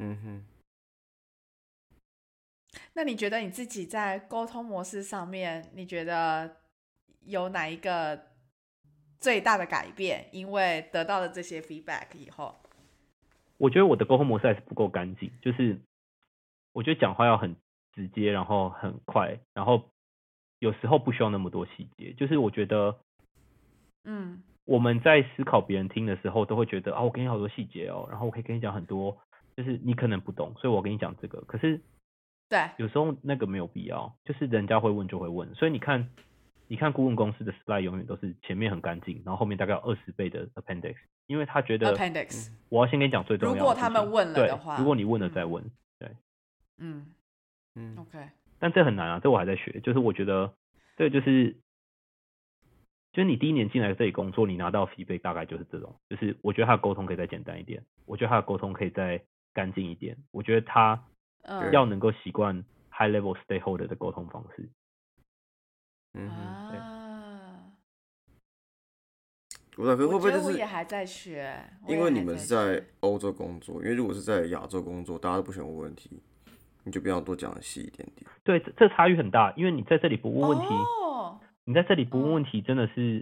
Speaker 2: 那你觉得你自己在沟通模式上面，你觉得有哪一个最大的改变？因为得到了这些 feedback 以后，
Speaker 3: 我觉得我的沟通模式还是不够干净，就是我觉得讲话要很直接，然后很快，然后有时候不需要那么多细节。就是我觉得，我们在思考别人听的时候，都会觉得我给你好多细节哦，然后我可以跟你讲很多，就是你可能不懂，所以我跟你讲这个。可是，
Speaker 2: 对，
Speaker 3: 有时候那个没有必要，就是人家会问就会问。所以你看顾问公司的 slide 永远都是前面很干净，然后后面大概有20倍的 appendix， 因为他觉得
Speaker 2: appendix，
Speaker 3: 我要先跟你讲最重要的事情。
Speaker 2: 如果他们问了的话，
Speaker 3: 对，如果你问了再问，对
Speaker 2: ，OK。
Speaker 3: 但这很难啊，这我还在学。就是我觉得这就是你第1年进来这里工作，你拿到 feedback 大概就是这种，就是我觉得他的沟通可以再简单一点，我觉得他的沟通可以再干净一点，我觉得他要能够习惯 high level stakeholder 的沟通方式。
Speaker 1: 我会不会就是
Speaker 2: 我也还在学，
Speaker 1: 因为你们是在欧洲工作，因为如果是在亚洲工作，大家都不喜欢问问题，你就不要多讲的细一点点。
Speaker 3: 对，这差异很大，因为你在这里不问问题，你在这里不问问题真的是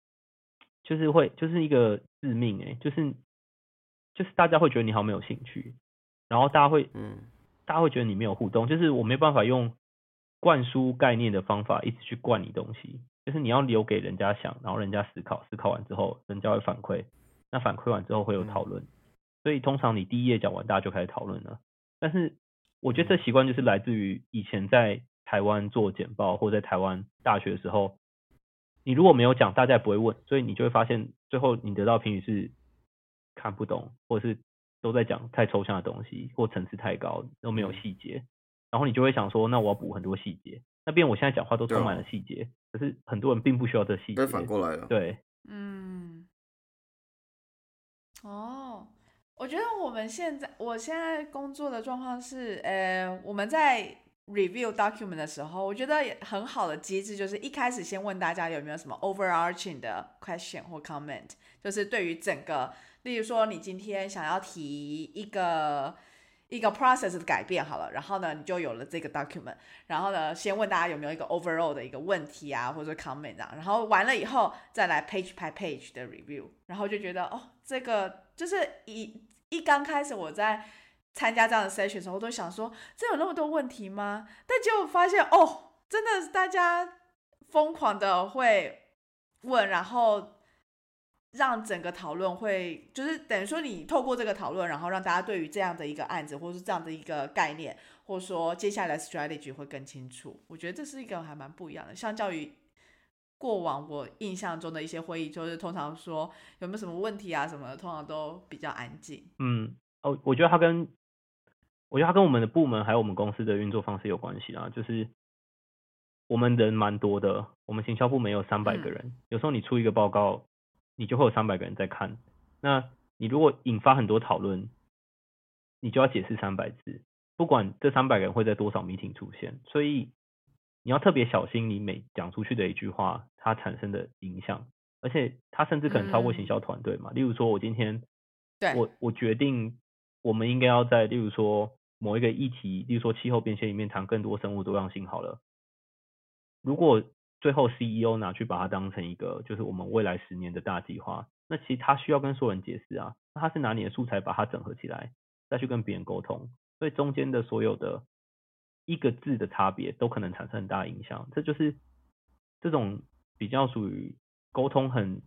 Speaker 3: 就是一个致命就是大家会觉得你好没有兴趣，然后大家会觉得你没有互动，就是我没办法用灌输概念的方法一直去灌你东西，就是你要留给人家想，然后人家思考完之后，人家会反馈，那反馈完之后会有讨论，所以通常你第1页讲完，大家就开始讨论了。但是我觉得这习惯就是来自于以前在台湾做简报，或在台湾大学的时候，你如果没有讲，大家也不会问，所以你就会发现最后你得到评语是看不懂，或者是都在讲太抽象的东西，或层次太高，都没有细节，然后你就会想说，那我要补很多细节。那边我现在讲话都充满了细节，可是很多人并不需要这细节。
Speaker 1: 反过来了。
Speaker 3: 对，
Speaker 2: 我觉得我现在工作的状况是，我们在 review document 的时候，我觉得很好的机制就是一开始先问大家有没有什么 overarching 的 question 或 comment， 就是对于整个，例如说你今天想要提一个 process 的改变好了，然后呢你就有了这个 document， 然后呢先问大家有没有一个 overall 的一个问题啊或者 comment 啊，然后完了以后再来 page by page 的 review， 然后就觉得这个就是一刚开始我在参加这样的 session 的时候，我都想说这有那么多问题吗？但结果发现真的是大家疯狂的会问，然后让整个讨论会就是等于说你透过这个讨论，然后让大家对于这样的一个案子或是这样的一个概念，或者说接下来 strategy 会更清楚。我觉得这是一个还蛮不一样的，相较于过往我印象中的一些会议，就是通常说有没有什么问题啊什么的，通常都比较安静。
Speaker 3: 我觉得它跟我觉得它跟我们的部门还有我们公司的运作方式有关系啦，就是我们人蛮多的，我们行销部门有300个人，有时候你出一个报告，你就会有300个人在看，那你如果引发很多讨论，你就要解释300字，不管这300个人会在多少 meeting 出现，所以你要特别小心你每讲出去的一句话它产生的影响，而且它甚至可能超过行销团队嘛。例如说我今天我决定我们应该要在例如说某一个议题，例如说气候变迁里面谈更多生物多样性好了，如果最后 CEO 拿去把它当成一个就是我们未来10年的大计划，那其实他需要跟所有人解释啊，那他是拿你的素材把它整合起来再去跟别人沟通，所以中间的所有的一个字的差别都可能产生很大的影响，这就是这种比较属于沟通很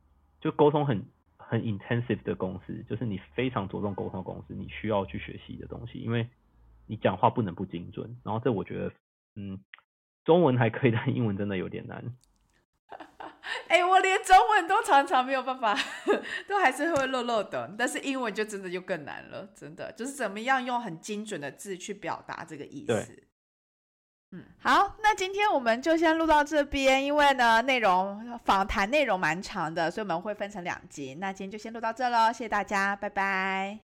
Speaker 3: intensive 的公司，就是你非常着重沟通的公司，你需要去学习的东西，因为你讲话不能不精准，然后这我觉得中文还可以，但英文真的有点难。
Speaker 2: 我连中文都常常没有办法，都还是会漏漏的，但是英文就真的就更难了，真的就是怎么样用很精准的字去表达这个意思。好，那今天我们就先录到这边，因为呢访谈内容蛮长的，所以我们会分成2集。那今天就先录到这咯，谢谢大家，拜拜。